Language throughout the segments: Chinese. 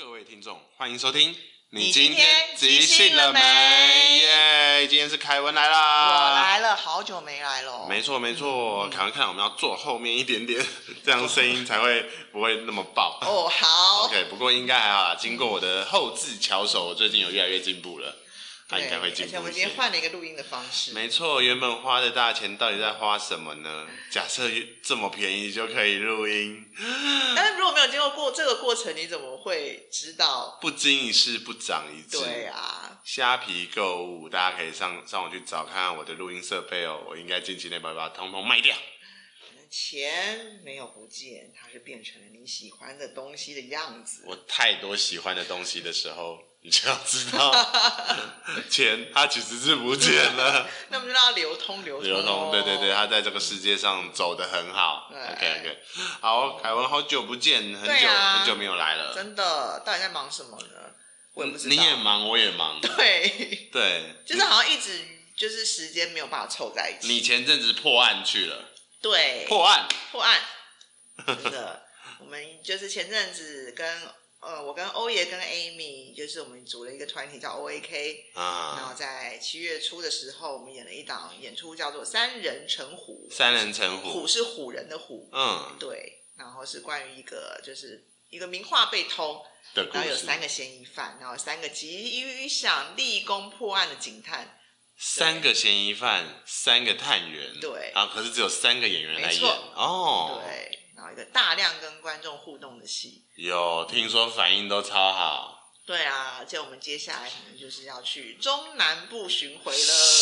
各位听众，欢迎收听。 你今天即兴了没？ 耶！今天是凯文来啦， 我来了，好久没来了。 没错没错，凯文看我们要坐后面一点点，这样声音才会不会那么爆。 哦，好。 OK， 不过应该还好啦。经过我的后置巧手，我最近有越来越进步了。他应该会进步一些。 而且我们今天换了一个录音的方式。 没错，原本花的大钱到底在花什么呢？假设这么便宜就可以录音， 但是如果没有经过这个过程，你怎么会知道？ 不经一事不长一智。 对啊。 虾皮购物，大家可以上网去找看看我的录音设备哦。我应该近期内把它通通卖掉。 钱没有不见，它是变成了你喜欢的东西的样子。 我太多喜欢的东西的时候，你就要知道，钱它其实是不见了。 那我们就让它流通。 对对对，它在这个世界上走得很好。OK， 好，凯文好久不见，很久没有来了。 真的，到底在忙什么呢？我也不知道。 你也忙，我也忙。对， 就是好像一直就是时间没有办法凑在一起。 你前阵子破案去了。 对， 破案， 真的。我们就是前阵子我跟欧爷跟 Amy， 就是我们组了一个团体叫 OAK， 然后在7月初的时候，我们演了一档演出叫做《三人成虎》。 三人成虎， 虎是唬人的虎，对，然后是关于一个名画被偷的故事，然后有3个嫌疑犯，然后3个急于想立功破案的警探。 3个嫌疑犯，3个探员， 对， 然后可是只有3个演员来演， 对，然后一个大量跟观众互动的戏， 有听说反应都超好。 对啊，而且我们接下来可能就是要去中南部巡回了，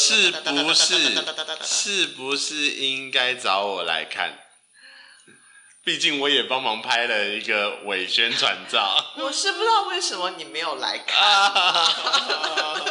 是不是应该找我来看？毕竟我也帮忙拍了一个伪宣传照。 我是不知道为什么你没有来看。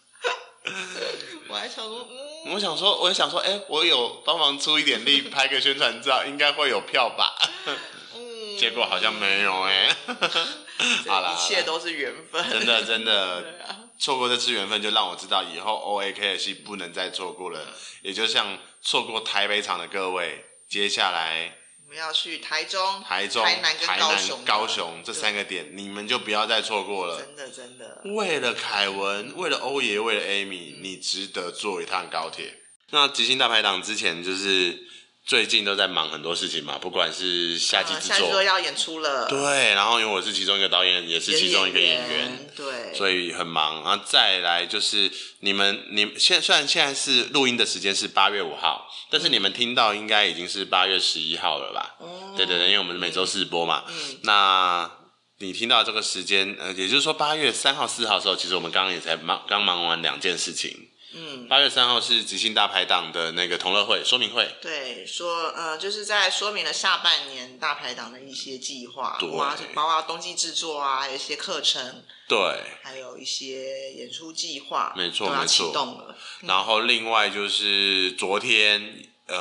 我想说，我有帮忙出一点力拍个宣传照，应该会有票吧？结果好像没有好啦， 一切都是缘分。 真的，错过这次缘分，就让我知道以后 OAK 的戏不能再错过了。也就像错过台北场的各位，接下来我们要去台中、台南跟高雄这3个点，你们就不要再错过了。 真的。为了凯文，为了欧爷，为了 Amy，你值得坐一趟高铁。那即兴大排档之前就是最近都在忙很多事情嘛，不管是夏季制作要演出了， 对，然后因为我是其中一个导演，也是其中一个演员， 对， 所以很忙。然后再来就是你们虽然现在是录音的时间是8月5号，但是你们听到应该已经是8月11号了吧？对，因为我们每周4播嘛。那你听到这个时间，也就是说8月3号、4号的时候，其实我们刚刚也才刚忙完2件事情。8月3号是即兴大排档的那个同乐会说明会， 对，就是在说明了下半年大排档的一些计划，包括冬季制作啊，还有一些课程， 对， 还有一些演出计划， 没错， 启动了。 然后另外就是昨天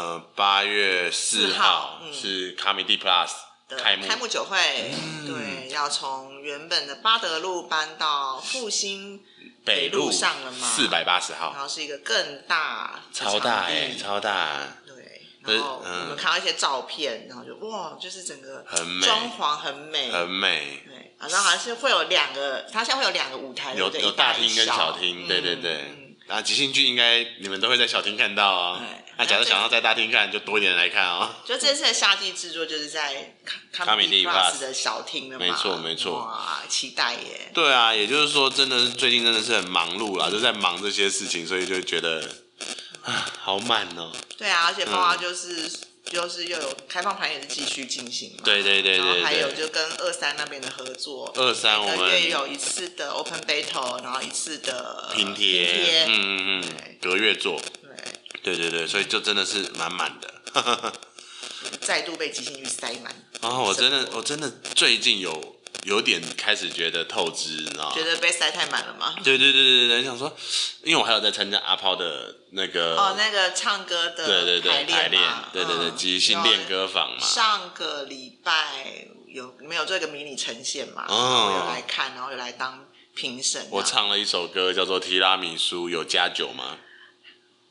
8月4号是 Comedy Plus 开幕酒会，对，要从原本的八德路搬到复兴北路上了嘛 ，480号， 然后是一个更大的超大超大， 对，然后我们看到一些照片，然后就哇，就是整个装潢很美，对，然后还是会有它现在会有2个舞台， 有大厅跟小厅，对，然后即兴剧应该你们都会在小厅看到哦。那假如想要在大厅看，就多一点人来看哦。 就这次的夏季制作就是在 Comedy Plus 的小厅了嘛， 没错， 哇，期待耶！ 对啊，也就是说，最近真的是很忙碌啦，就在忙这些事情，所以就觉得好满哦。 对啊，而且包括就是又有开放盘也是继续进行嘛， 对，然后还有就跟23那边的合作 ，23我们也有一次的 Open Battle， 然后一次的拼贴，隔月做。对，所以就真的是满满的， 再度被即兴剧塞满。 我真的最近有点开始觉得透支，你知道吗？ 觉得被塞太满了吗？ 对，想说，因为我还有在参加阿抛的那个那个唱歌的排练， 对，即兴练歌坊嘛。 上个礼拜没有做一个迷你呈现嘛？我有来看，然后有来当评审。 我唱了一首歌叫做《提拉米苏有加酒吗》。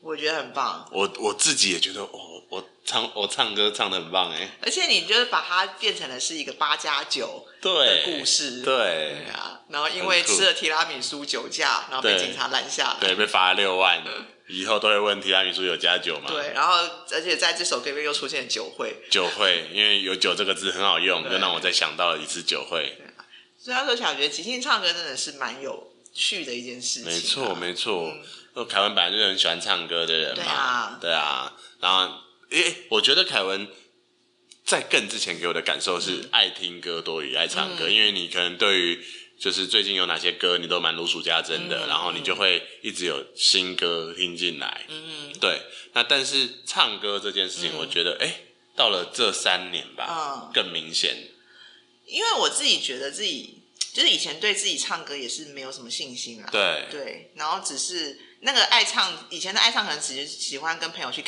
我觉得很棒。 我自己也觉得，我唱歌唱得很棒而且你就是把它变成了是一个8+9的故事， 对啊，然后因为吃了提拉米苏酒驾，然后被警察拦下来， 对，被罚了6万，以后都会问提拉米苏有加酒吗？ 对，然后而且在这首歌里面又出现酒会， 因为有酒这个字很好用，就让我再想到了一次酒会。 所以那时候想觉得即兴唱歌真的是蛮有趣的一件事情。 没错，凯文本来就是很喜欢唱歌的人嘛，对啊，然后我觉得凯文在更之前给我的感受是爱听歌多于爱唱歌，因为你可能对于就是最近有哪些歌你都蛮如数家珍的，然后你就会一直有新歌听进来，对。那但是唱歌这件事情，我觉得到了这3年吧，更明显。 因为我自己觉得自己就是以前对自己唱歌也是没有什么信心啦，对，然后只是那个爱唱，以前的爱唱可能只是喜欢跟朋友去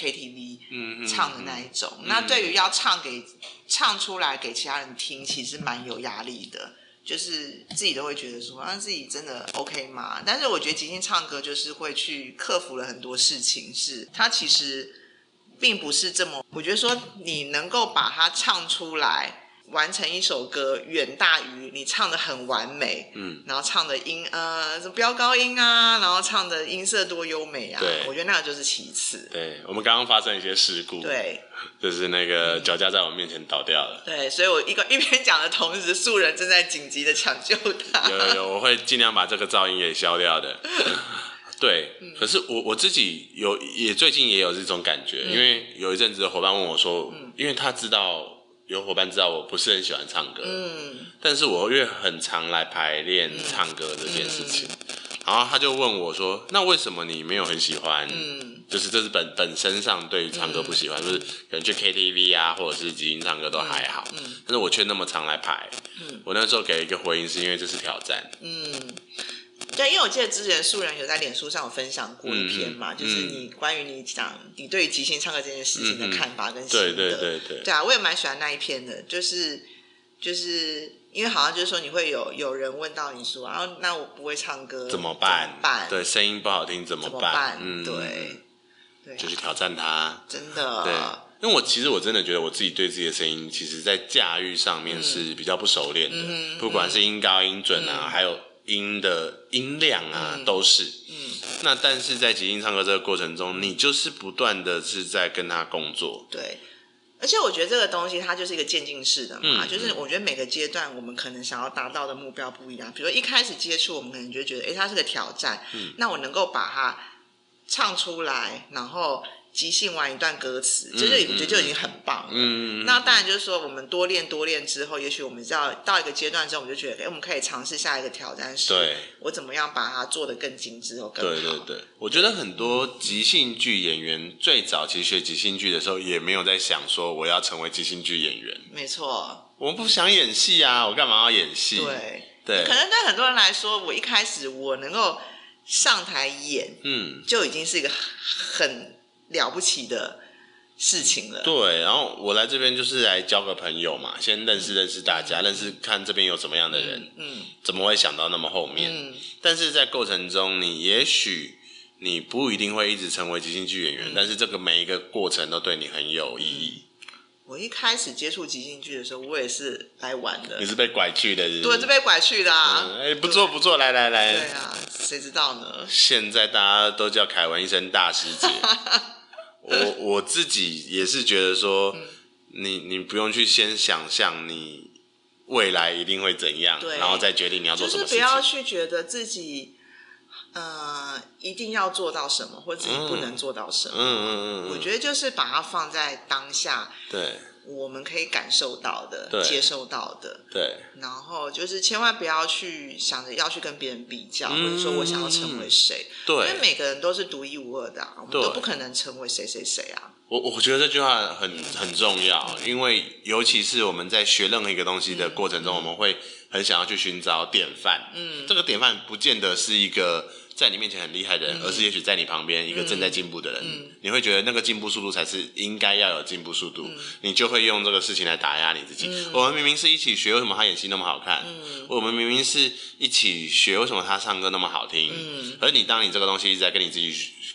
KTV 唱的那一种，那对于要唱出来给其他人听，其实蛮有压力的，就是自己都会觉得说，自己真的 OK 吗？但是我觉得即兴唱歌就是会去克服了很多事情，是它其实并不是这么，我觉得说你能够把它唱出来。完成一首歌远大于你唱的很完美，然后唱的飙高音啊，然后唱的音色多优美啊，我觉得那个就是其次。 对，我们刚刚发生一些事故， 对， 就是那个脚架在我面前倒掉了。 对，所以我一边讲的同时，素人正在紧急的抢救他。 有，我会尽量把这个噪音给消掉的。对，可是我自己也最近也有这种感觉，因为有一阵子的伙伴问我说，因为他知道。有伙伴知道我不是很喜欢唱歌，但是我又很常来排练唱歌这件事情，然后他就问我说：“那为什么你没有很喜欢？就是这是本身上对于唱歌不喜欢，就是可能去 KTV 啊，或者是即兴唱歌都还好，但是我却那么常来排。我那时候给一个回应是因为这是挑战。 对，因为我记得之前素人有在脸书上有分享过一篇嘛，就是你关于你讲你对于即兴唱歌这件事情的看法跟心得，对啊，我也蛮喜欢那一篇的，就是因为好像就是说你会有人问到你说，那我不会唱歌怎么办？对，声音不好听怎么办？对，就去挑战它， 真的， 对。因为我真的觉得我自己对自己的声音，其实在驾驭上面是比较不熟练的，不管是音高、音准啊，还有音的音量啊，都是。那但是在即兴唱歌这个过程中，你就是不断的是在跟他工作。 对，而且我觉得这个东西它就是一个渐进式的嘛，就是我觉得每个阶段我们可能想要达到的目标不一样。比如说一开始接触，我们可能就觉得，它是个挑战，那我能够把它唱出来，然后即兴完一段歌词，我觉得就已经很棒了。那当然就是说，我们多练之后，也许我们要到一个阶段之后，我们就觉得，我们可以尝试下一个挑战是，我怎么样把它做得更精致或更好。 对，我觉得很多即兴剧演员最早其实学即兴剧的时候，也没有在想说我要成为即兴剧演员。 没错， 我不想演戏啊，我干嘛要演戏？ 对，可能对很多人来说，我一开始我能够上台演，就已经是一个很了不起的事情了。 对，然后我来这边就是来交个朋友嘛，先认识大家，认识看这边有什么样的人，怎么会想到那么后面？但是在过程中，也许你不一定会一直成为即兴剧演员，但是这个每一个过程都对你很有意义。 我一开始接触即兴剧的时候，我也是来玩的。 你是被拐去的是不是？ 对，是被拐去的啊。 不错，来。 对啊，谁知道呢？ 现在大家都叫凯文一声大师姐。我自己也是觉得说，你不用去先想象你未来一定会怎样，然后再决定你要做什么事情。 就是不要去觉得自己一定要做到什么，或自己不能做到什么。我觉得就是把它放在当下，对，我们可以感受到的、接受到的，对。然后就是千万不要去想着要去跟别人比较，或者说我想要成为谁，对，因为每个人都是独一无二的，我们都不可能成为谁啊。我觉得这句话很重要，因为尤其是我们在学任何一个东西的过程中，我们会很想要去寻找典范。这个典范不见得是一个在你面前很厉害的人，而是也许在你旁边一个正在进步的人，你会觉得那个进步速度才是应该要有进步速度，你就会用这个事情来打压你自己。我们明明是一起学，为什么他演戏那么好看？我们明明是一起学，为什么他唱歌那么好听？而当你这个东西一直在跟你自己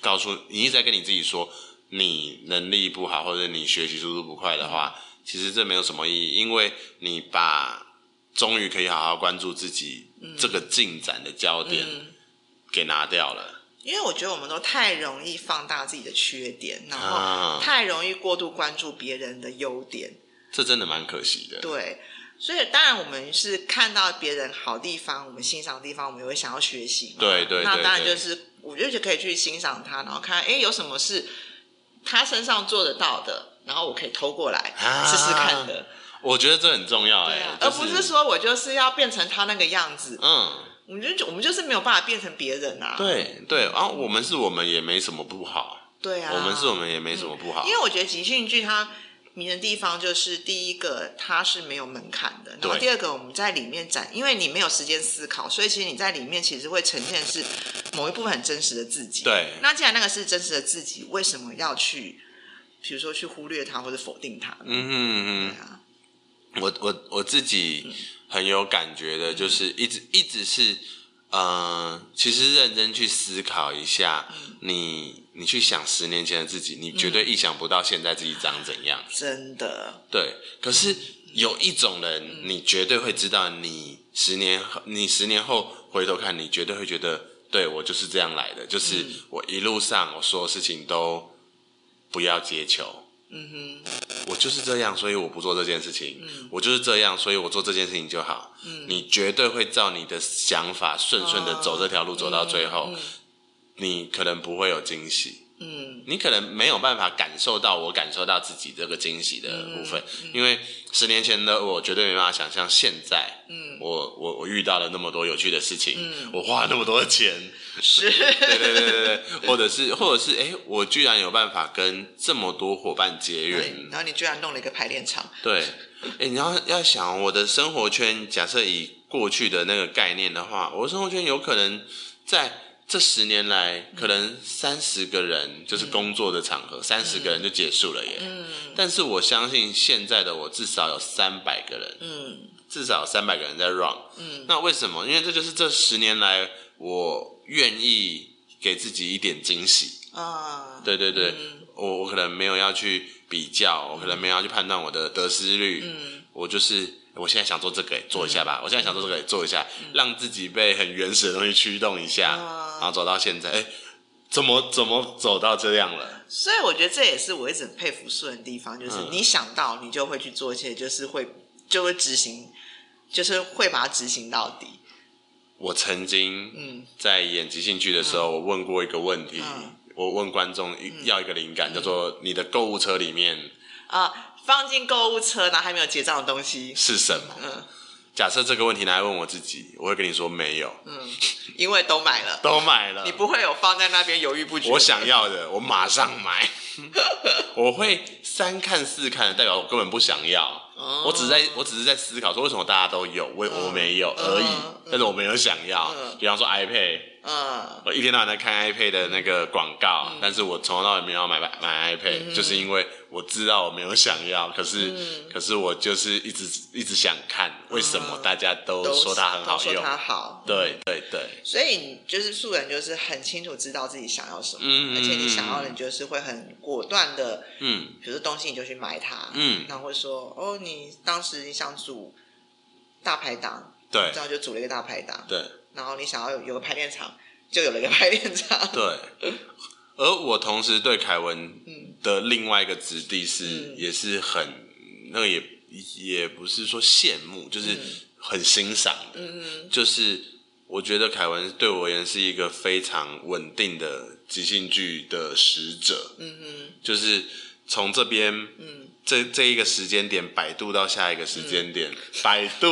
告诉你一直在跟你自己说你能力不好或者你学习速度不快的话，其实这没有什么意义，因为你把终于可以好好关注自己这个进展的焦点给拿掉了。 因为我觉得我们都太容易放大自己的缺点，然后太容易过度关注别人的优点， 这真的蛮可惜的。 对，所以当然我们是看到别人好地方，我们欣赏的地方，我们也会想要学习嘛。 对，那当然就是我觉得就可以去欣赏他，然后看有什么是他身上做得到的，然后我可以偷过来试试看的。 我觉得这很重要而不是说我就是要变成他那个样子。我们就是没有办法变成别人啊。 对，我们是我们也没什么不好。 对啊， 我们是我们也没什么不好。 因为我觉得即兴剧它迷人的地方就是第一个它是没有门槛的，然后第二个我们在里面因为你没有时间思考，所以其实你在里面其实会呈现是某一部分很真实的自己。 对， 那既然那个是真实的自己，为什么要去比如说去忽略它或者否定它呢？对啊。 我自己很有感觉的，就是一直是其实认真去思考一下，你去想10年前的自己，你绝对意想不到现在自己长怎样。 真的。 对，可是有一种人，你绝对会知道，你10年后回头看，你绝对会觉得，对，我就是这样来的，就是我一路上我所有事情都不要接球。我就是这样，所以我不做这件事情。我就是这样，所以我做这件事情就好。你绝对会照你的想法顺的走这条路，走到最后，你可能不会有惊喜。你可能没有办法感受到我感受到自己这个惊喜的部分，因为10年前的我绝对没办法想象现在，我遇到了那么多有趣的事情，我花了那么多的钱， 是， 对，或者是我居然有办法跟这么多伙伴结缘， 然后你居然弄了一个排练场， 对，你要想我的生活圈，假设以过去的那个概念的话，我的生活圈有可能在这10年来，可能30个人就是工作的场合，30个人就结束了耶。但是我相信现在的我至少有300个人，至少有300个人在 run。那为什么？因为这就是这10年来我愿意给自己一点惊喜。对，我可能没有要去比较，我可能没有要去判断我的得失率，我就是我现在想做这个，做一下吧。我现在想做这个，做一下，让自己被很原始的东西驱动一下，然后走到现在，怎么走到这样了？ 所以我觉得这也是我一直很佩服素人的地方，就是你想到你就会去做，而且就会执行，就是会把它执行到底。 我曾经在演即兴剧的时候，我问过一个问题，我问观众要一个灵感，叫做你的购物车里面放进购物车然后还没有结账的东西是什么？假设这个问题拿来问我自己，我会跟你说没有。 因为都买了，你不会有放在那边犹豫不决。 我想要的，我马上买。我会3看4看的，代表我根本不想要。我只是在思考说，为什么大家都有，我没有而已。但是我没有想要。比方说 iPad。我一天到晚在看 iPad 的那个广告，但是我从头到尾没有要买 iPad，就是因为我知道我没有想要，可是我就是一直想看，为什么大家都说它很好用？ 都说它好， 对。 所以你就是素人，就是很清楚知道自己想要什么，而且你想要的，你就是会很果断的，比如说东西你就去买它，然后会说你当时你想煮大排档， 对， 这样就煮了一个大排档， 对。 然后你想要有个排练场，就有了一个排练场。 对，而我同时对凯文的另外一个质地也是很那个也不是说羡慕，就是很欣赏的。就是我觉得凯文对我而言是一个非常稳定的即兴剧的使者。就是从这边这一个时间点摆渡到下一个时间点，摆渡。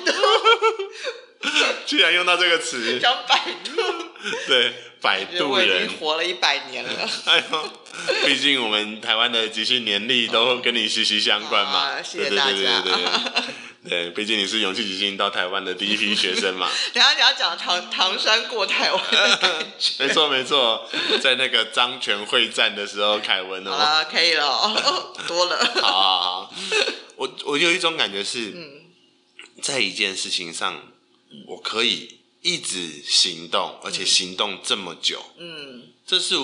居然用到这个词， 叫摆渡。 对，摆渡人， 我已经活了100年了。 哎呦，毕竟我们台湾的即兴年历都跟你息息相关嘛。 谢谢大家。 对，毕竟你是勇气即兴到台湾的第一批学生嘛。 等一下你要讲唐山过台湾的感觉。 没错，在那个漳泉会战的时候，凯文好了，可以了，多了。 好，我有一种感觉是，在一件事情上。我可以一直行动，而且行动这么久，这是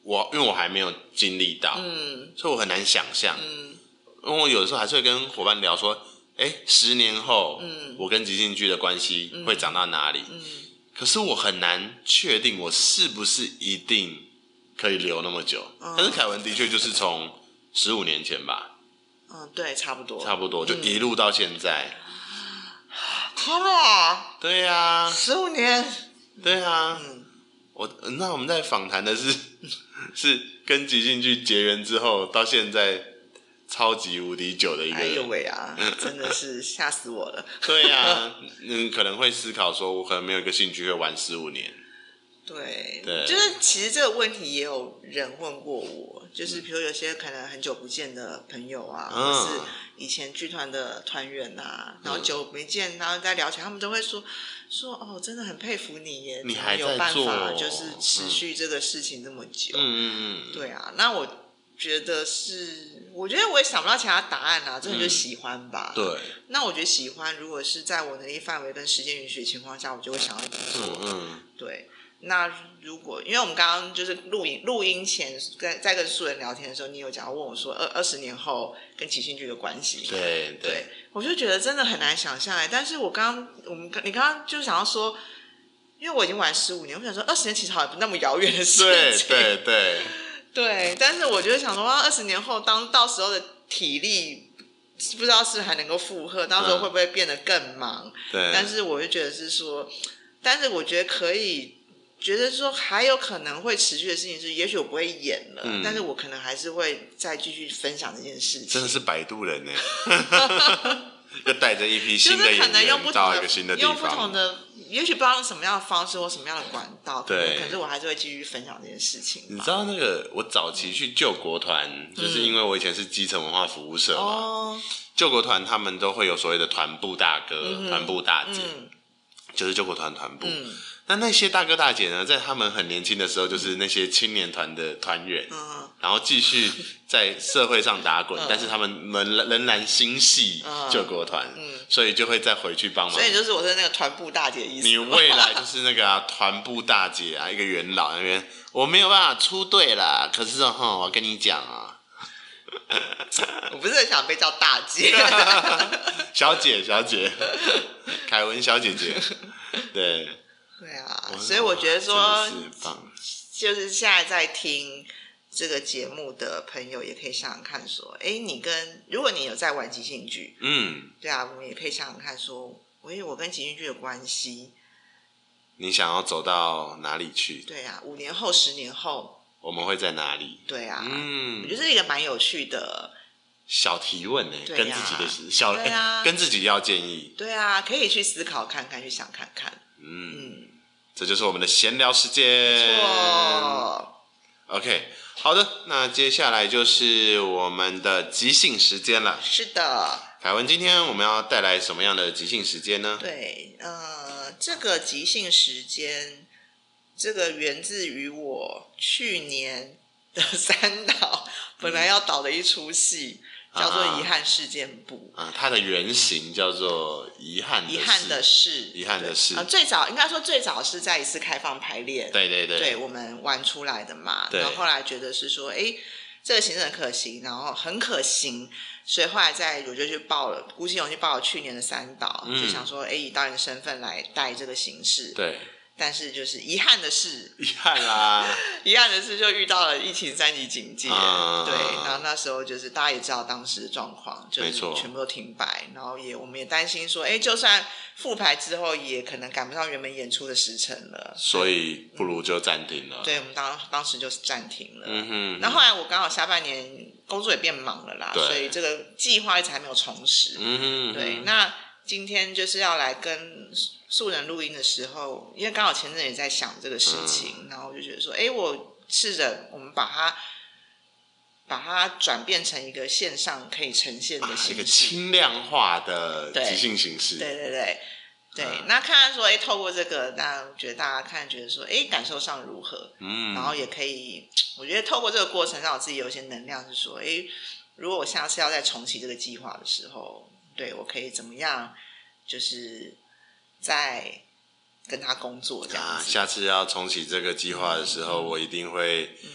因为我还没有经历到，所以我很难想象。因为我有的时候还是会跟伙伴聊说，10年后，我跟即兴剧的关系会长到哪里？可是我很难确定我是不是一定可以留那么久。但是凯文的确就是从15年前吧， 对，差不多就一路到现在。 天哪！ 对啊 ，15年。 对啊，那我们在访谈的是跟即兴剧结缘之后到现在超级无敌久的一个人。 哎呦喂啊，真的是吓死我了。 对啊，可能会思考说，我可能没有一个兴趣会玩15年。 对，就是其实这个问题也有人问过我，就是比如有些可能很久不见的朋友啊，或是以前剧团的团员啊，然后久没见，然后再聊起来，他们都会说哦，真的很佩服你耶， 你还有办法就是持续这个事情这么久。对啊，那我觉得我觉得我也想不到其他答案啊，真的就是喜欢吧。 对。 那我觉得喜欢，如果是在我能力范围跟时间允许的情况下，我就会想要做。对。那如果因为我们刚刚就是录音前在跟素人聊天的时候，你有问我说20年后跟即兴剧的关系。对，我就觉得真的很难想象。但是你刚刚就想要说，因为我已经玩15年，我想说20年其实好像不那么遥远的事情。对，但是我就想说20年后到时候的体力不知道是还能够负荷，到时候会不会变得更忙。 对， 但是我就觉得但是我觉得可以觉得说还有可能会持续的事情是，也许我不会演了，但是我可能还是会再继续分享这件事情。 真的是摆渡人耶。就带着一批新的演员到一个新的地方， 用不同的，也许不知道用什么样的方式或什么样的管道，对，可是我还是会继续分享这件事情。 你知道那个我早期去救国团，就是因为我以前是基层文化服务社嘛，救国团他们都会有所谓的团部大哥、团部大姐，就是救国团团部。那些大哥大姐呢，在他们很年轻的时候，就是那些青年团的团员，然后继续在社会上打滚，但是他们仍然心系救国团，所以就会再回去帮忙。 所以就是我是那个团部大姐的意思。 你未来就是那个团部大姐啊，一个元老那边，我没有办法出队啦，可是我跟你讲啊。 我不是很想被叫大姐。 小姐，凯文小姐姐，对。 对啊，所以我觉得说，就是现在在听这个节目的朋友，也可以想想看说，如果你有在玩即兴剧，对啊，我们也可以想想看说，我跟即兴剧的关系， 你想要走到哪里去？ 对啊，5年后、10年后， 我们会在哪里？ 对啊，我觉得是一个蛮有趣的小提问跟自己的跟自己要建议， 对啊，可以去思考看看，去想看看。 这就是我们的闲聊时间。 没错。 OK， 好的，那接下来就是我们的即兴时间了。 是的。 凯文，今天我们要带来什么样的即兴时间呢？ 对，这个即兴时间，这个源自于我去年的3导，本来要导的一出戏。叫做遗憾事件簿它的原型叫做遗憾的事。 最早应该说最早是在一次开放排练， 对， 我们玩出来的嘛。然后后来觉得是说，这个形式很可行，然后很可行，所以后来我就去报了，鼓起勇气报了去年的3导，就想说，以导演的身份来带这个形式。 对。 但是就是遗憾的事， 遗憾的事就遇到了疫情3级警戒，对，然后那时候就是大家也知道当时的状况，就是全部都停摆，然后我们也担心说，就算复排之后，也可能赶不上原本演出的时程了， 所以不如就暂停了。 对，我们当时就是暂停了。然后后来我刚好下半年工作也变忙了啦，所以这个计划一直还没有重拾。对，那今天就是要来跟素人录音的时候，因为刚好前阵也在想这个事情，然后我就觉得说，我试着我们把它转变成一个线上可以呈现的形式， 一个轻量化的即兴形式。 对，那看看说，透过这个，那我觉得大家觉得说，感受上如何？然后也可以，我觉得透过这个过程，让我自己有一些能量，是说，如果我下次要再重启这个计划的时候，对我可以怎么样？就是在跟他工作这样子。 下次要重启这个计划的时候，我一定会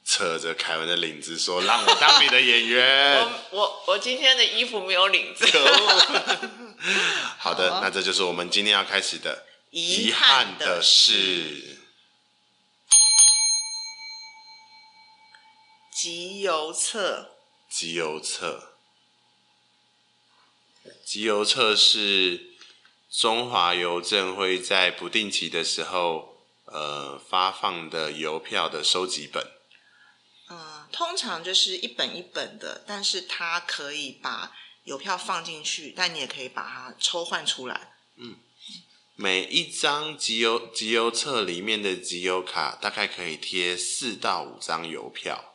扯着凯文的领子说：“让我当你的演员。” 我今天的衣服没有领子。 可恶！好的，那这就是我们今天要开始的遗憾的事。 集邮册。 集邮册。集邮册是中华邮政会在不定期的时候发放的邮票的收集本。 通常就是一本一本的，但是它可以把邮票放进去，但你也可以把它抽换出来。 每一张集邮册里面的集邮卡大概可以贴4到5张邮票。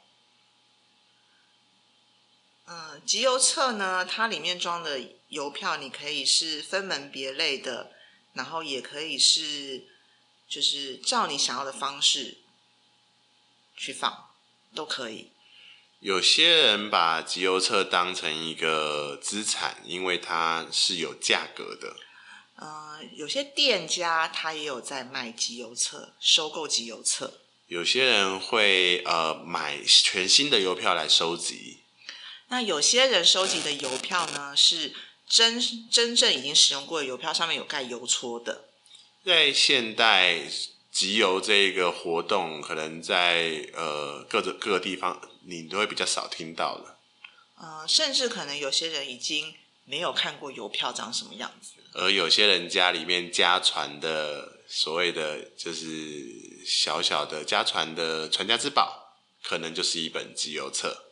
集邮册呢，它里面装的邮票，你可以是分门别类的，然后也可以是就是照你想要的方式去放，都可以。 有些人把集邮册当成一个资产，因为它是有价格的。 有些店家他也有在卖集邮册，收购集邮册。 有些人会买全新的邮票来收集。 那有些人收集的邮票呢，是真正已经使用过的邮票，上面有盖邮戳的。 在现代集邮这个活动，可能在各个地方你都会比较少听到了。 甚至可能有些人已经没有看过邮票长什么样子。 而有些人家里面家传的所谓的就是小小的家传的传家之宝，可能就是一本集邮册。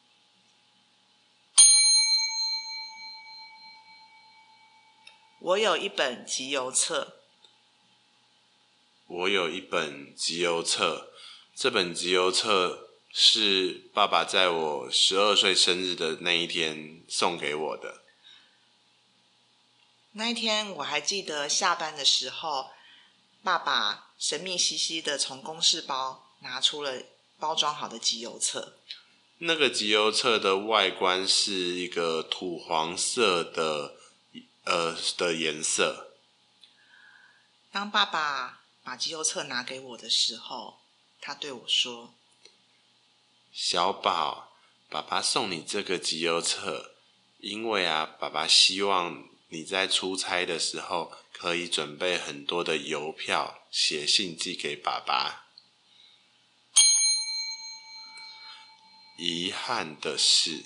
我有一本集邮册。 我有一本集邮册，这本集邮册是爸爸在我12岁生日的那一天送给我的。 那一天我还记得下班的时候，爸爸神秘兮兮的从公事包拿出了包装好的集邮册。 那个集邮册的外观是一个土黄色的颜色。 当爸爸把集邮册拿给我的时候，他对我说：“ 小宝，爸爸送你这个集邮册，因为爸爸希望你在出差的时候可以准备很多的邮票，写信寄给爸爸。”遗憾的是，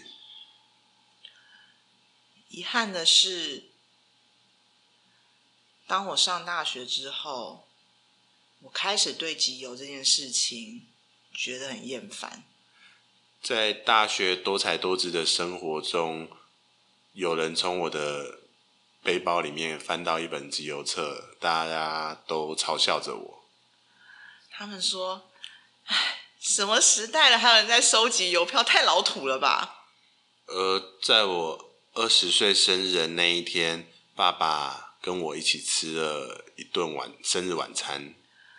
当我上大学之后，我开始对集邮这件事情觉得很厌烦。 在大学多彩多姿的生活中，有人从我的背包里面翻到一本集邮册，大家都嘲笑着我。 他们说：“什么时代了，还有人在收集邮票，太老土了吧？” 在我20岁生日的那一天，爸爸跟我一起吃了一顿生日晚餐。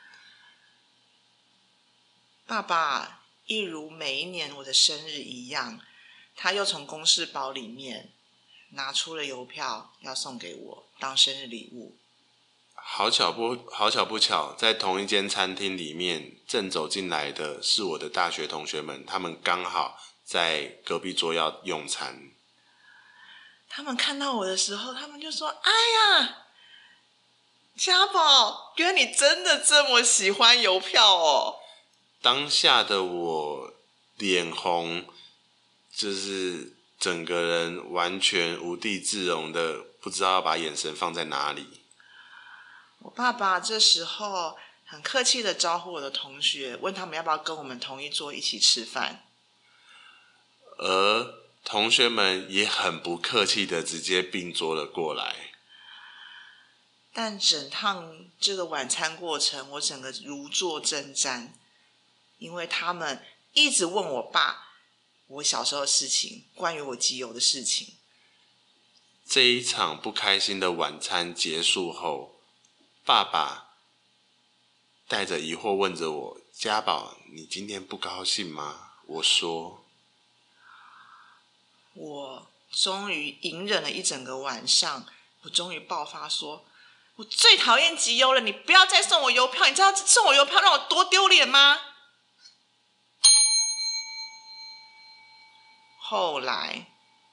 爸爸一如每一年我的生日一样，他又从公事包里面拿出了邮票，要送给我当生日礼物。 好巧不巧，在同一间餐厅里面，正走进来的是我的大学同学们，他们刚好在隔壁桌要用餐。 他们看到我的时候，他们就说：“哎呀，家宝，原来你真的这么喜欢邮票哦！” 当下的我脸红，就是整个人完全无地自容的，不知道要把眼神放在哪里。 我爸爸这时候很客气的招呼我的同学，问他们要不要跟我们同一桌一起吃饭。 而同学们也很不客气的直接并桌了过来。 但整趟这个晚餐过程，我整个如坐针毡，因为他们一直问我爸我小时候的事情，关于我集邮的事情。 这一场不开心的晚餐结束后，爸爸带着疑惑问着我：“家宝，你今天不高兴吗？”我说：“ 我终于隐忍了一整个晚上，我终于爆发说：“我最讨厌集邮了！你不要再送我邮票，你知道送我邮票让我多丢脸吗？” 后来，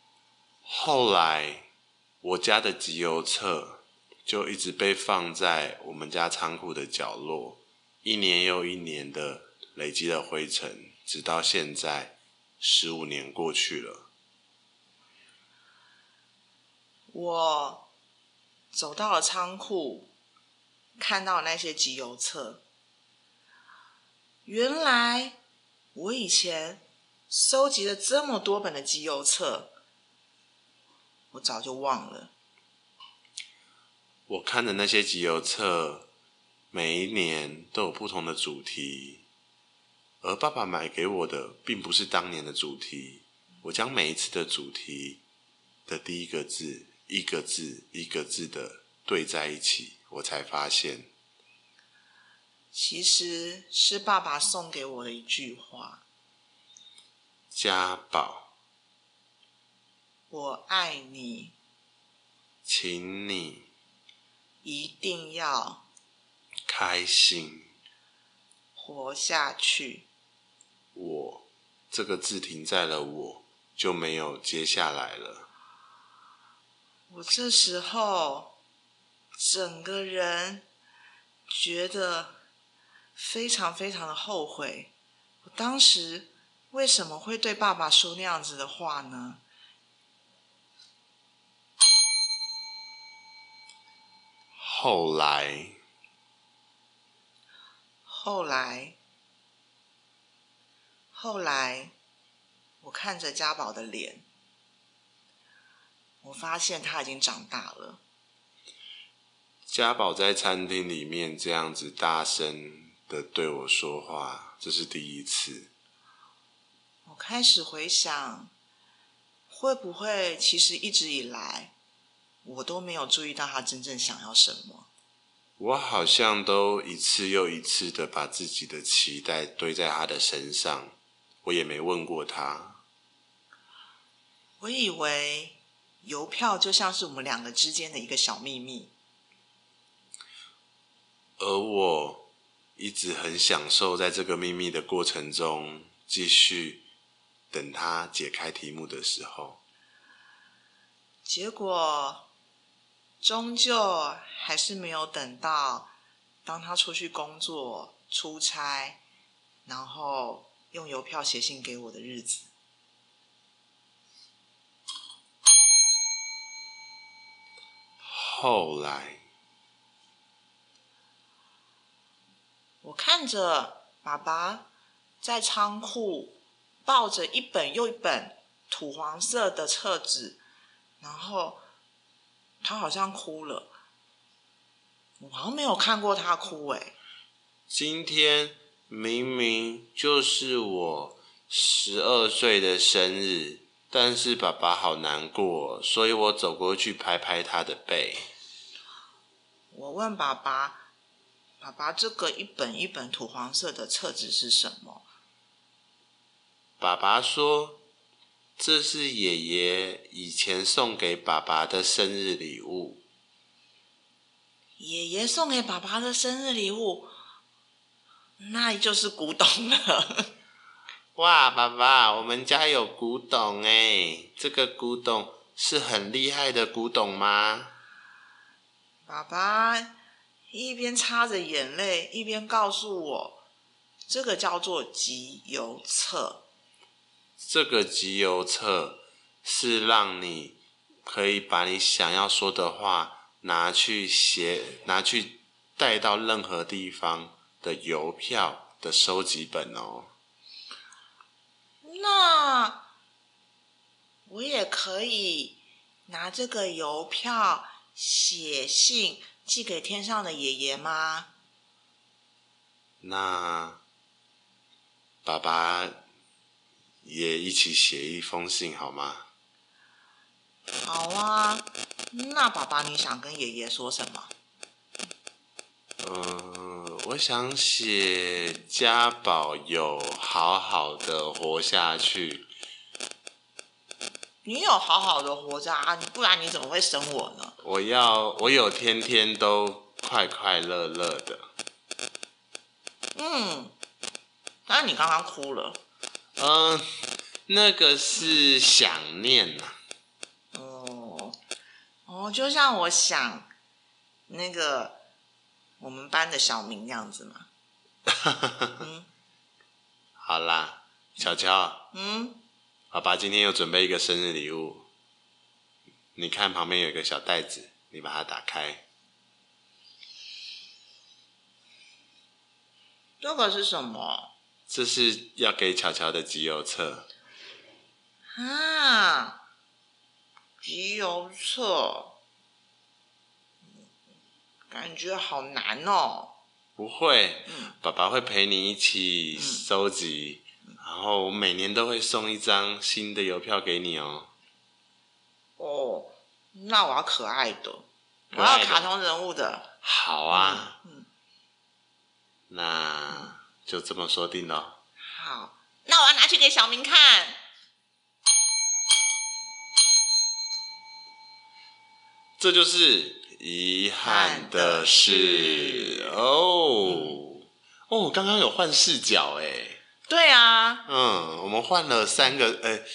我家的集邮册就一直被放在我们家仓库的角落，一年又一年的累积了灰尘，直到现在15年过去了。 我走到了仓库，看到那些集邮册，原来我以前收集了这么多本的集邮册，我早就忘了。 我看的那些集邮册，每一年都有不同的主题，而爸爸买给我的并不是当年的主题。我将每一次的主题的第一个字，一个字一个字的对在一起，我才发现， 其实是爸爸送给我的一句话： 家宝， 我爱你， 请你一定要开心活下去。 我这个字停在了我，就没有接下来了。 我这时候整个人觉得非常非常的后悔，我当时为什么会对爸爸说那样子的话呢？ 后来， 我看着家宝的脸，我发现他已经长大了。 家宝在餐厅里面这样子大声的对我说话，这是第一次。 我开始回想，会不会其实一直以来我都没有注意到他真正想要什么？ 我好像都一次又一次的把自己的期待堆在他的身上，我也没问过他。 我以为邮票就像是我们两个之间的一个小秘密， 而我一直很享受在这个秘密的过程中，继续等他解开题目的时候。 结果终究还是没有等到当他出去工作出差，然后用邮票写信给我的日子。 后来， 我看着爸爸在仓库抱着一本又一本土黄色的册子，然后他好像哭了。我好像没有看过他哭欸。 今天明明就是我12岁的生日，但是爸爸好难过，所以我走过去拍拍他的背。 我问爸爸，爸爸这个一本一本土黄色的册子是什么？ 爸爸说，这是爷爷以前送给爸爸的生日礼物。 爷爷送给爸爸的生日礼物，那就是古董了。 哇，爸爸，我们家有古董耶，这个古董是很厉害的古董吗？ 爸爸一边擦着眼泪，一边告诉我，这个叫做集邮册。 这个集邮册是让你可以把你想要说的话拿去带到任何地方的邮票的收集本哦。 那我也可以拿这个邮票写信寄给天上的爷爷吗？ 那爸爸也一起写一封信好吗？ 好啊，那爸爸你想跟爷爷说什么？ 我想写家宝有好好的活下去。 你有好好的活着啊，不然你怎么会生我呢？ 我有天天都快快乐乐的。 但是你刚刚哭了。 那个是想念啊。 就像我想那个我们班的小明那样子嘛。 好啦，巧巧。爸爸今天有准备一个生日礼物，你看旁边有一个小袋子，你把它打开。 这个是什么？ 这是要给巧巧的集邮册。 集邮册。感觉好难哦。 不会，爸爸会陪你一起收集，然后我每年都会送一张新的邮票给你哦。 那我要可爱的，我要卡通人物的。 好啊。那就这么说定了。 好，那我要拿去给小明看。 这就是遗憾的事刚刚有换视角哎。 对啊。 我们换了3个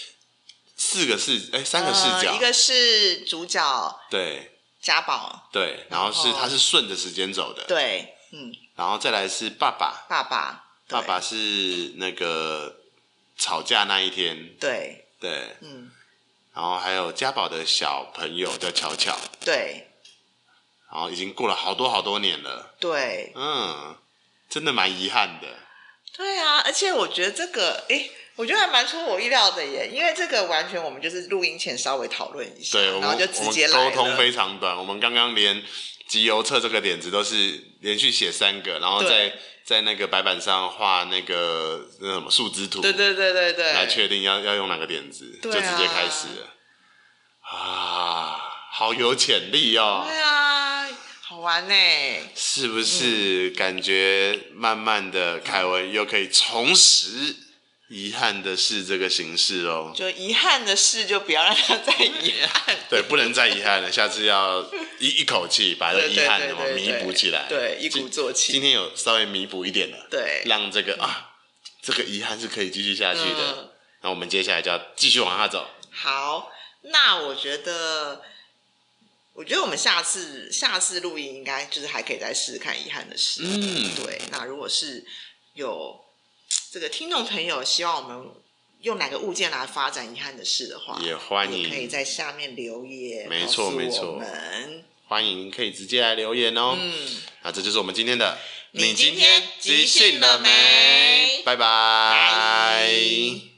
视角， 一个是主角对家宝， 对，然后他是顺着时间走的， 对， 然后再来是爸爸是那个吵架那一天，对，然后还有家宝的小朋友叫巧巧， 对， 然后已经过了好多年了， 对， 真的蛮遗憾的。 对啊，而且我觉得这个，我觉得还蛮出我意料的耶，因为这个完全我们就是录音前稍微讨论一下， 对， 然后就直接来了。 沟通非常短，我们刚刚连集邮册这个点子都是连续写3个，然后在那个白板上画那什么树枝图， 对， 来确定要用哪个点子，就直接开始了。好有潜力哦。 对啊，好玩呢， 是不是？感觉慢慢的凯文又可以重拾遗憾的事这个形式哦。 就遗憾的事就不要让它再遗憾。 对，不能再遗憾了，下次要一口气把这遗憾弥补起来。 对，一鼓作气。 今天有稍微弥补一点了， 对， 让这个这个遗憾是可以继续下去的。那我们接下来就要继续往下走。 好，那我觉得我们下次录音应该就是还可以再试试看遗憾的事。对。那如果是有这个听众朋友希望我们用哪个物件来发展遗憾的事的话， 也欢迎可以在下面留言。 没错，欢迎可以直接来留言哦。那这就是我们今天的。 你今天即兴了没？ 拜拜。